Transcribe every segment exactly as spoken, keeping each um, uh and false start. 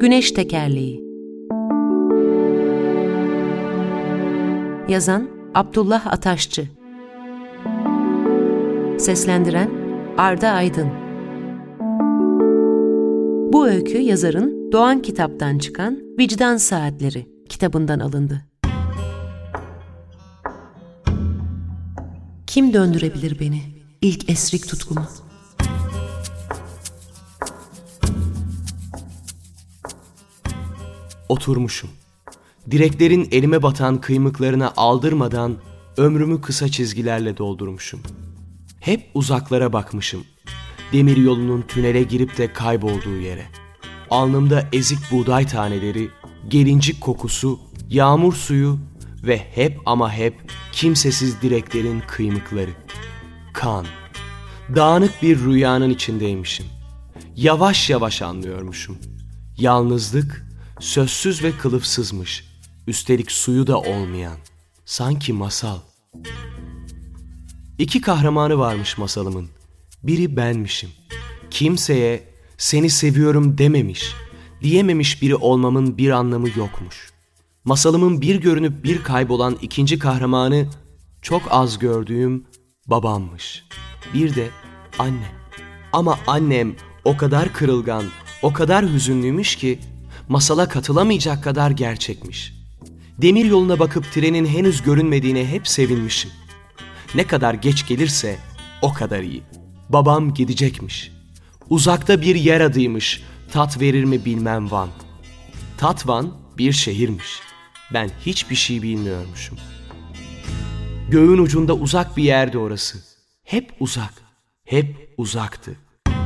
Güneş Tekerleği. Yazan Abdullah Ataşçı. Seslendiren Arda Aydın. Bu öykü yazarın Doğan Kitap'tan çıkan Vicdan Saatleri kitabından alındı. Kim döndürebilir beni, ilk esrik tutkumu? Oturmuşum. Direklerin elime batan kıymıklarına aldırmadan ömrümü kısa çizgilerle doldurmuşum. Hep uzaklara bakmışım. Demir yolunun tünele girip de kaybolduğu yere. Alnımda ezik buğday taneleri, gelincik kokusu, yağmur suyu ve hep ama hep kimsesiz direklerin kıymıkları. Kan. Dağınık bir rüyanın içindeymişim. Yavaş yavaş anlıyormuşum. Yalnızlık sözsüz ve kılıfsızmış. Üstelik suyu da olmayan. Sanki masal. İki kahramanı varmış masalımın. Biri benmişim. Kimseye seni seviyorum dememiş, diyememiş biri olmamın bir anlamı yokmuş. Masalımın bir görünüp bir kaybolan ikinci kahramanı çok az gördüğüm babammış. Bir de anne. Ama annem o kadar kırılgan, o kadar hüzünlüymüş ki masala katılamayacak kadar gerçekmiş. Demir yoluna bakıp trenin henüz görünmediğine hep sevinmişim. Ne kadar geç gelirse o kadar iyi. Babam gidecekmiş. Uzakta bir yer adıymış. Tat verir mi bilmem Van. Tatvan bir şehirmiş. Ben hiçbir şey bilmiyormuşum. Göğün ucunda uzak bir yerde orası. Hep uzak, hep uzaktı.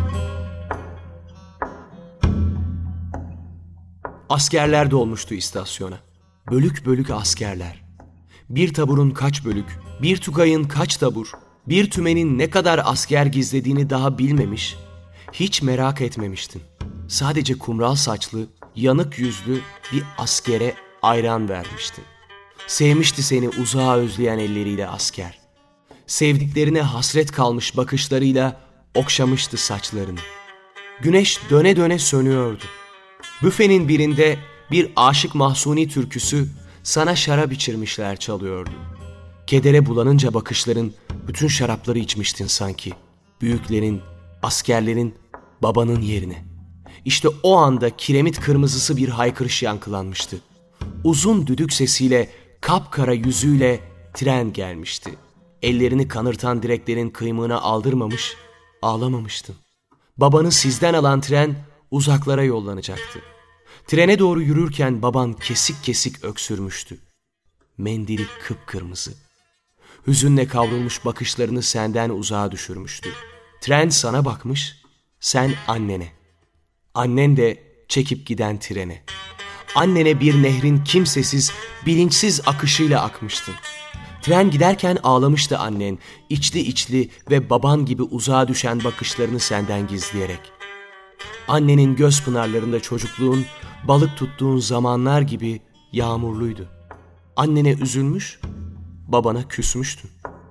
Askerler dolmuştu istasyona. Bölük bölük askerler. Bir taburun kaç bölük, bir tugayın kaç tabur, bir tümenin ne kadar asker gizlediğini daha bilmemiş, hiç merak etmemiştin. Sadece kumral saçlı, yanık yüzlü bir askere ayran vermiştin. Sevmişti seni uzağa özleyen elleriyle asker. Sevdiklerine hasret kalmış bakışlarıyla okşamıştı saçlarını. Güneş döne döne sönüyordu. Büfenin birinde bir Aşık Mahzuni türküsü sana şarap içirmişler çalıyordu. Kedere bulanınca bakışların bütün şarapları içmiştin sanki. Büyüklerin, askerlerin, babanın yerine. İşte o anda kiremit kırmızısı bir haykırış yankılanmıştı. Uzun düdük sesiyle, kapkara yüzüyle tren gelmişti. Ellerini kanırtan direklerin kıymığına aldırmamış, ağlamamıştın. Babanı sizden alan tren uzaklara yollanacaktı. Trene doğru yürürken baban kesik kesik öksürmüştü. Mendili kıpkırmızı. Hüzünle kavrulmuş bakışlarını senden uzağa düşürmüştü. Tren sana bakmış, sen annene. Annen de çekip giden trene. Annene bir nehrin kimsesiz, bilinçsiz akışıyla akmıştın. Tren giderken ağlamıştı annen, içli içli ve baban gibi uzağa düşen bakışlarını senden gizleyerek. Annenin göz pınarlarında çocukluğun, balık tuttuğun zamanlar gibi yağmurluydu. Annene üzülmüş, babana küsmüştün.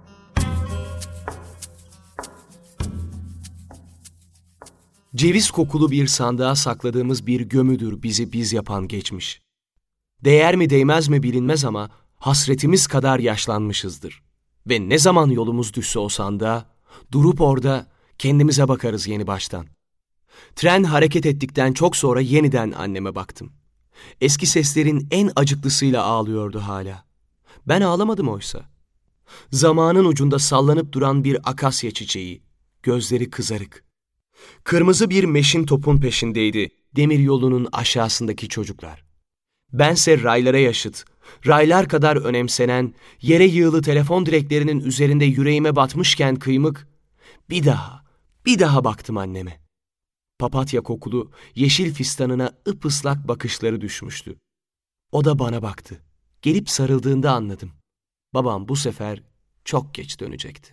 Ceviz kokulu bir sandığa sakladığımız bir gömüdür bizi biz yapan geçmiş. Değer mi değmez mi bilinmez ama hasretimiz kadar yaşlanmışızdır. Ve ne zaman yolumuz düşse o sandığa, durup orada kendimize bakarız yeni baştan. Tren hareket ettikten çok sonra yeniden anneme baktım. Eski seslerin en acıklısıyla ağlıyordu hala. Ben ağlamadım oysa. Zamanın ucunda sallanıp duran bir akasya çiçeği, gözleri kızarık. Kırmızı bir meşin topun peşindeydi demir yolunun aşağısındaki çocuklar. Bense raylara yaşıt, raylar kadar önemsenen, yere yığılı telefon direklerinin üzerinde yüreğime batmışken kıymık, bir daha, bir daha baktım anneme. Papatya kokulu, yeşil fistanına ıpıslak bakışları düşmüştü. O da bana baktı. Gelip sarıldığında anladım. Babam bu sefer çok geç dönecekti.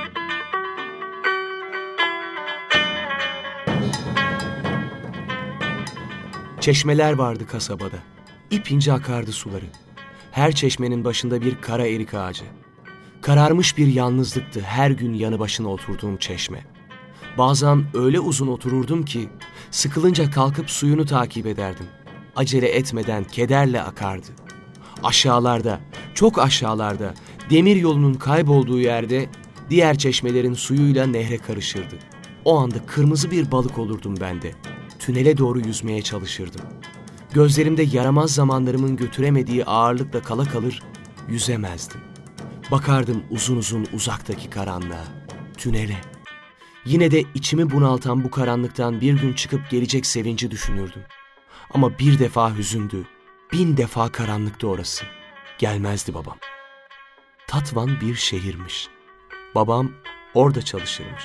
Çeşmeler vardı kasabada. İpince akardı suları. Her çeşmenin başında bir kara erik ağacı. Kararmış bir yalnızlıktı her gün yanı başına oturduğum çeşme. Bazen öyle uzun otururdum ki sıkılınca kalkıp suyunu takip ederdim. acele etmeden kederle akardı. Aşağılarda, çok aşağılarda, demir yolunun kaybolduğu yerde diğer çeşmelerin suyuyla nehre karışırdı. O anda kırmızı bir balık olurdum ben de. Tünele doğru yüzmeye çalışırdım. Gözlerimde yaramaz zamanlarımın götüremediği ağırlıkla kala kalır, yüzemezdim. Bakardım uzun uzun uzaktaki karanlığa, tünele. Yine de içimi bunaltan bu karanlıktan bir gün çıkıp gelecek sevinci düşünürdüm. Ama bir defa hüzündü, bin defa karanlıktı orası. Gelmezdi babam. Tatvan bir şehirmiş. Babam orada çalışırmış.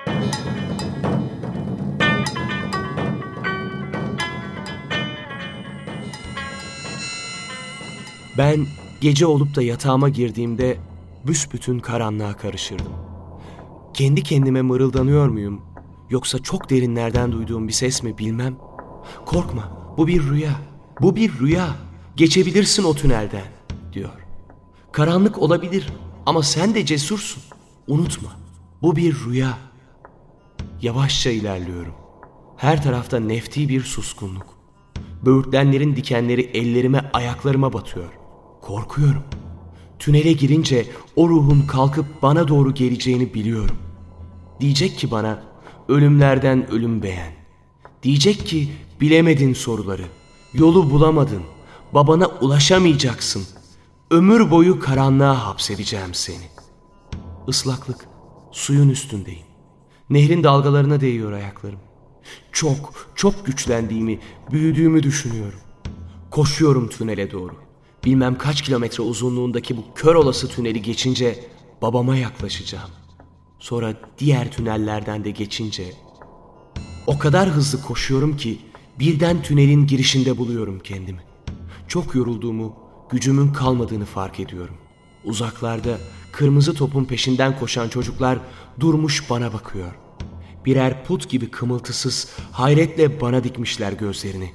Ben gece olup da yatağıma girdiğimde büsbütün karanlığa karışırdım. Kendi kendime mırıldanıyor muyum, yoksa çok derinlerden duyduğum bir ses mi bilmem. Korkma, bu bir rüya, bu bir rüya, geçebilirsin o tünelden, diyor. Karanlık olabilir ama sen de cesursun, unutma, bu bir rüya. Yavaşça ilerliyorum. Her tarafta nefti bir suskunluk. Böğürtlenlerin dikenleri ellerime, ayaklarıma batıyor. Korkuyorum. Tünele girince o ruhun kalkıp bana doğru geleceğini biliyorum. Diyecek ki bana, ölümlerden ölüm beğen. Diyecek ki, bilemedin soruları, yolu bulamadın, babana ulaşamayacaksın. Ömür boyu karanlığa hapsedeceğim seni. Islaklık, suyun üstündeyim. Nehrin dalgalarına değiyor ayaklarım. Çok, çok güçlendiğimi, büyüdüğümü düşünüyorum. Koşuyorum tünele doğru. Bilmem kaç kilometre uzunluğundaki bu kör olası tüneli geçince babama yaklaşacağım. Sonra diğer tünellerden de geçince o kadar hızlı koşuyorum ki birden tünelin girişinde buluyorum kendimi. Çok yorulduğumu, gücümün kalmadığını fark ediyorum. Uzaklarda kırmızı topun peşinden koşan çocuklar durmuş bana bakıyor. Birer put gibi kımıltısız, hayretle bana dikmişler gözlerini.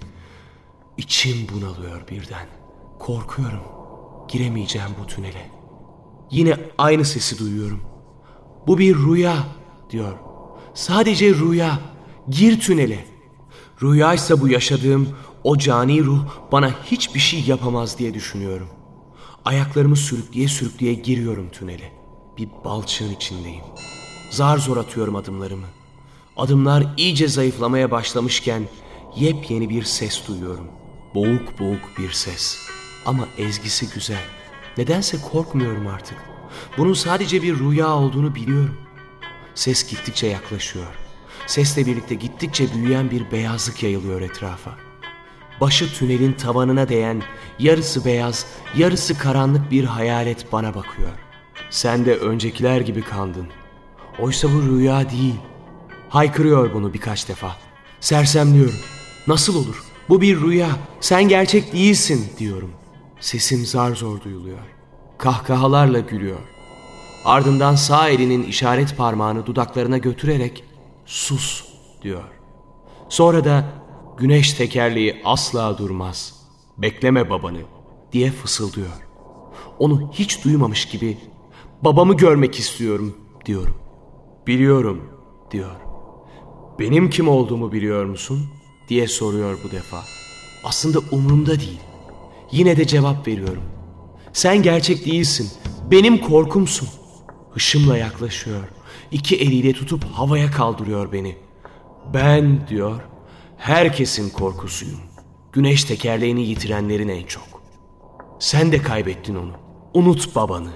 İçim bunalıyor birden. Korkuyorum. Giremeyeceğim bu tünele. Yine aynı sesi duyuyorum. Bu bir rüya, diyor. Sadece rüya. Gir tünele. Rüyaysa bu yaşadığım, o cani ruh bana hiçbir şey yapamaz diye düşünüyorum. Ayaklarımı sürükleye sürükleye giriyorum tünele. Bir balçığın içindeyim. Zar zor atıyorum adımlarımı. Adımlar iyice zayıflamaya başlamışken yepyeni bir ses duyuyorum. Boğuk boğuk bir ses. Ama ezgisi güzel. Nedense korkmuyorum artık. Bunun sadece bir rüya olduğunu biliyorum. Ses gittikçe yaklaşıyor. Sesle birlikte gittikçe büyüyen bir beyazlık yayılıyor etrafa. Başı tünelin tavanına değen, yarısı beyaz, yarısı karanlık bir hayalet bana bakıyor. Sen de öncekiler gibi kandın. Oysa bu rüya değil. Haykırıyor bunu birkaç defa. Sersemliyorum. Nasıl olur? Bu bir rüya. Sen gerçek değilsin, diyorum. Sesim zar zor duyuluyor. Kahkahalarla gülüyor. Ardından sağ elinin işaret parmağını dudaklarına götürerek sus, diyor. Sonra da güneş tekerleği asla durmaz. Bekleme babanı, diye fısıldıyor. Onu hiç duymamış gibi babamı görmek istiyorum, diyorum. Biliyorum, diyor. Benim kim olduğumu biliyor musun? Diye soruyor bu defa. Aslında umurumda değil. Yine de cevap veriyorum. Sen gerçek değilsin. Benim korkumsun. Hışımla yaklaşıyor. İki eliyle tutup havaya kaldırıyor beni. Ben, diyor, herkesin korkusuyum. Güneş tekerleğini yitirenlerin en çok. Sen de kaybettin onu. Unut babanı.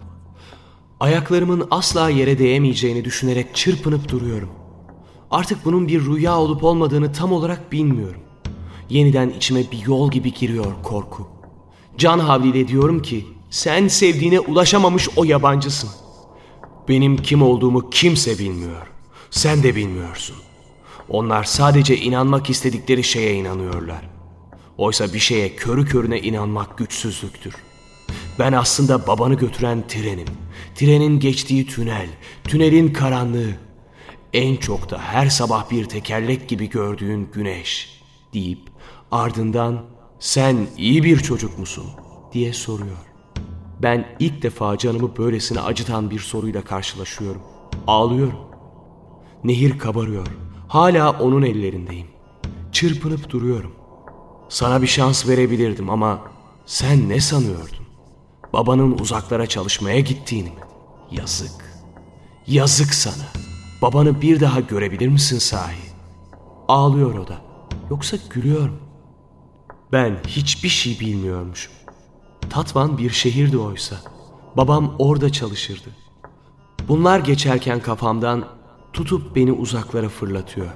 Ayaklarımın asla yere değemeyeceğini düşünerek çırpınıp duruyorum. Artık bunun bir rüya olup olmadığını tam olarak bilmiyorum. Yeniden içime bir yol gibi giriyor korku. Can havliyle diyorum ki, sen sevdiğine ulaşamamış o yabancısın. Benim kim olduğumu kimse bilmiyor. Sen de bilmiyorsun. Onlar sadece inanmak istedikleri şeye inanıyorlar. Oysa bir şeye körü körüne inanmak güçsüzlüktür. Ben aslında babanı götüren trenim. Trenin geçtiği tünel, tünelin karanlığı. En çok da her sabah bir tekerlek gibi gördüğün güneş, deyip ardından sen iyi bir çocuk musun diye soruyor. Ben ilk defa canımı böylesine acıtan bir soruyla karşılaşıyorum. Ağlıyorum. Nehir kabarıyor. Hala onun ellerindeyim. Çırpınıp duruyorum. Sana bir şans verebilirdim ama sen ne sanıyordun? Babanın uzaklara çalışmaya gittiğini mi? Yazık. Yazık sana. Babanı bir daha görebilir misin sahi? Ağlıyor o da. Yoksa gülüyor mu? Ben hiçbir şey bilmiyormuşum. Tatvan bir şehirdi oysa. Babam orada çalışırdı. Bunlar geçerken kafamdan tutup beni uzaklara fırlatıyor.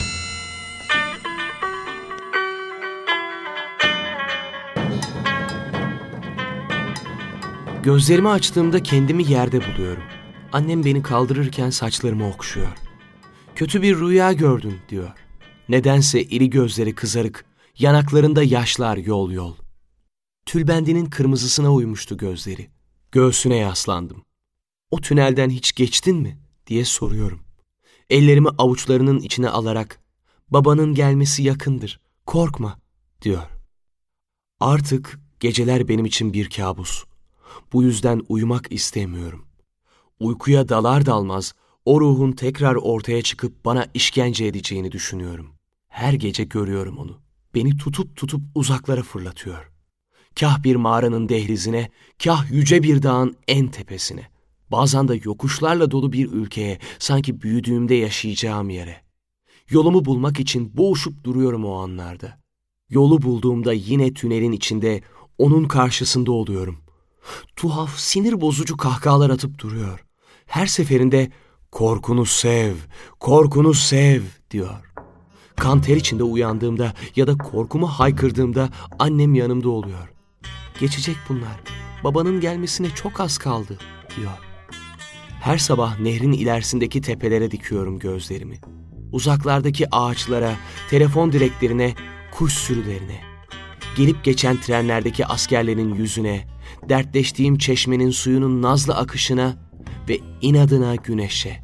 Gözlerimi açtığımda kendimi yerde buluyorum. Annem beni kaldırırken saçlarımı okşuyor. Kötü bir rüya gördün diyor. Nedense iri gözleri kızarık, yanaklarında yaşlar yol yol. Tülbendinin kırmızısına uymuştu gözleri. Göğsüne yaslandım. O tünelden hiç geçtin mi diye soruyorum. Ellerimi avuçlarının içine alarak babanın gelmesi yakındır, korkma diyor. Artık geceler benim için bir kabus. Bu yüzden uyumak istemiyorum. Uykuya dalar dalmaz o ruhun tekrar ortaya çıkıp bana işkence edeceğini düşünüyorum. Her gece görüyorum onu. Beni tutup tutup uzaklara fırlatıyor. Kah bir mağaranın dehlizine, kah yüce bir dağın en tepesine. Bazen de yokuşlarla dolu bir ülkeye, sanki büyüdüğümde yaşayacağım yere. Yolumu bulmak için boğuşup duruyorum o anlarda. Yolu bulduğumda yine tünelin içinde, onun karşısında oluyorum. Tuhaf, sinir bozucu kahkahalar atıp duruyor. Her seferinde korkunu sev, korkunu sev diyor. Kan ter içinde uyandığımda ya da korkumu haykırdığımda annem yanımda oluyor. Geçecek bunlar. Babanın gelmesine çok az kaldı diyor. Her sabah nehrin ilerisindeki tepelere dikiyorum gözlerimi. Uzaklardaki ağaçlara, telefon direklerine, kuş sürülerine. Gelip geçen trenlerdeki askerlerin yüzüne, dertleştiğim çeşmenin suyunun nazlı akışına ve inadına güneşe.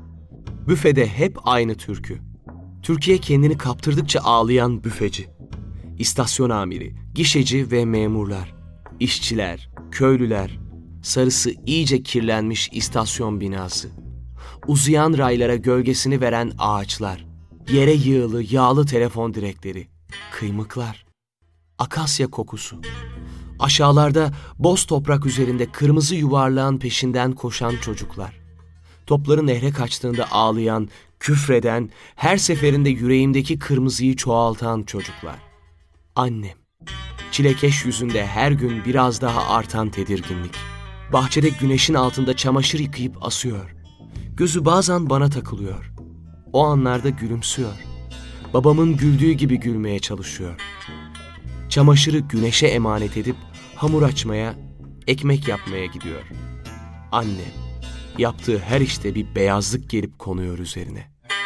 Büfede hep aynı türkü. Türkiye kendini kaptırdıkça ağlayan büfeci. İstasyon amiri, gişeci ve memurlar, işçiler, köylüler, sarısı iyice kirlenmiş istasyon binası. Uzayan raylara gölgesini veren ağaçlar, yere yığılı yağlı telefon direkleri, kıymıklar, akasya kokusu. Aşağılarda boz toprak üzerinde kırmızı yuvarlağın peşinden koşan çocuklar. Topları nehre kaçtığında ağlayan, küfreden, her seferinde yüreğimdeki kırmızıyı çoğaltan çocuklar. Annem. Çilekeş yüzünde her gün biraz daha artan tedirginlik. Bahçede güneşin altında çamaşır yıkayıp asıyor. Gözü bazen bana takılıyor. O anlarda gülümsüyor. Babamın güldüğü gibi gülmeye çalışıyor. Çamaşırı güneşe emanet edip hamur açmaya, ekmek yapmaya gidiyor. Annem. Yaptığı her işte bir beyazlık gelip konuyor üzerine.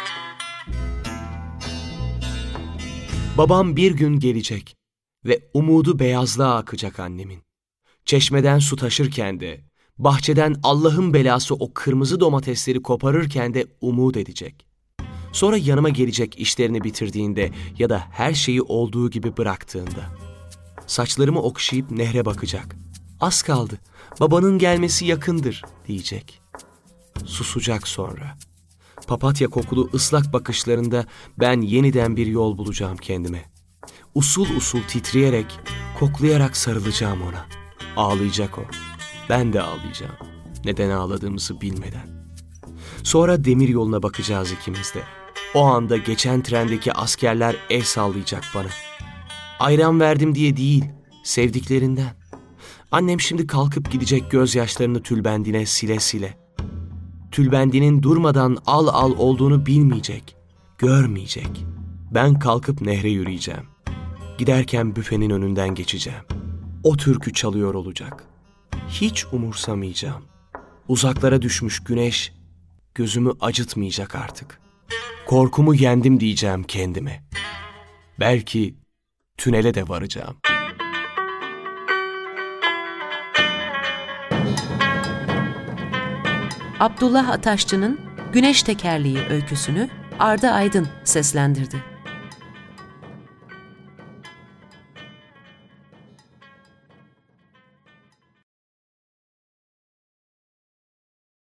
Babam bir gün gelecek ve umudu beyazlığa akacak annemin. Çeşmeden su taşırken de, bahçeden Allah'ın belası o kırmızı domatesleri koparırken de umut edecek. Sonra yanıma gelecek işlerini bitirdiğinde ya da her şeyi olduğu gibi bıraktığında. Saçlarımı okşayıp nehre bakacak. Az kaldı, babanın gelmesi yakındır diyecek. Susacak sonra. Papatya kokulu ıslak bakışlarında ben yeniden bir yol bulacağım kendime. Usul usul titreyerek, koklayarak sarılacağım ona. Ağlayacak o. Ben de ağlayacağım. Neden ağladığımızı bilmeden. Sonra demir yoluna bakacağız ikimiz de. O anda geçen trendeki askerler el sallayacak bana. Ayran verdim diye değil, sevdiklerinden. Annem şimdi kalkıp gidecek gözyaşlarını tülbendine sile sile. Tülbendinin durmadan al al olduğunu bilmeyecek, görmeyecek. Ben kalkıp nehre yürüyeceğim. Giderken büfenin önünden geçeceğim. O türkü çalıyor olacak. Hiç umursamayacağım. Uzaklara düşmüş güneş gözümü acıtmayacak artık. Korkumu yendim diyeceğim kendime. Belki tünele de varacağım. Abdullah Ataşçı'nın Güneş Tekerleği öyküsünü Arda Aydın seslendirdi.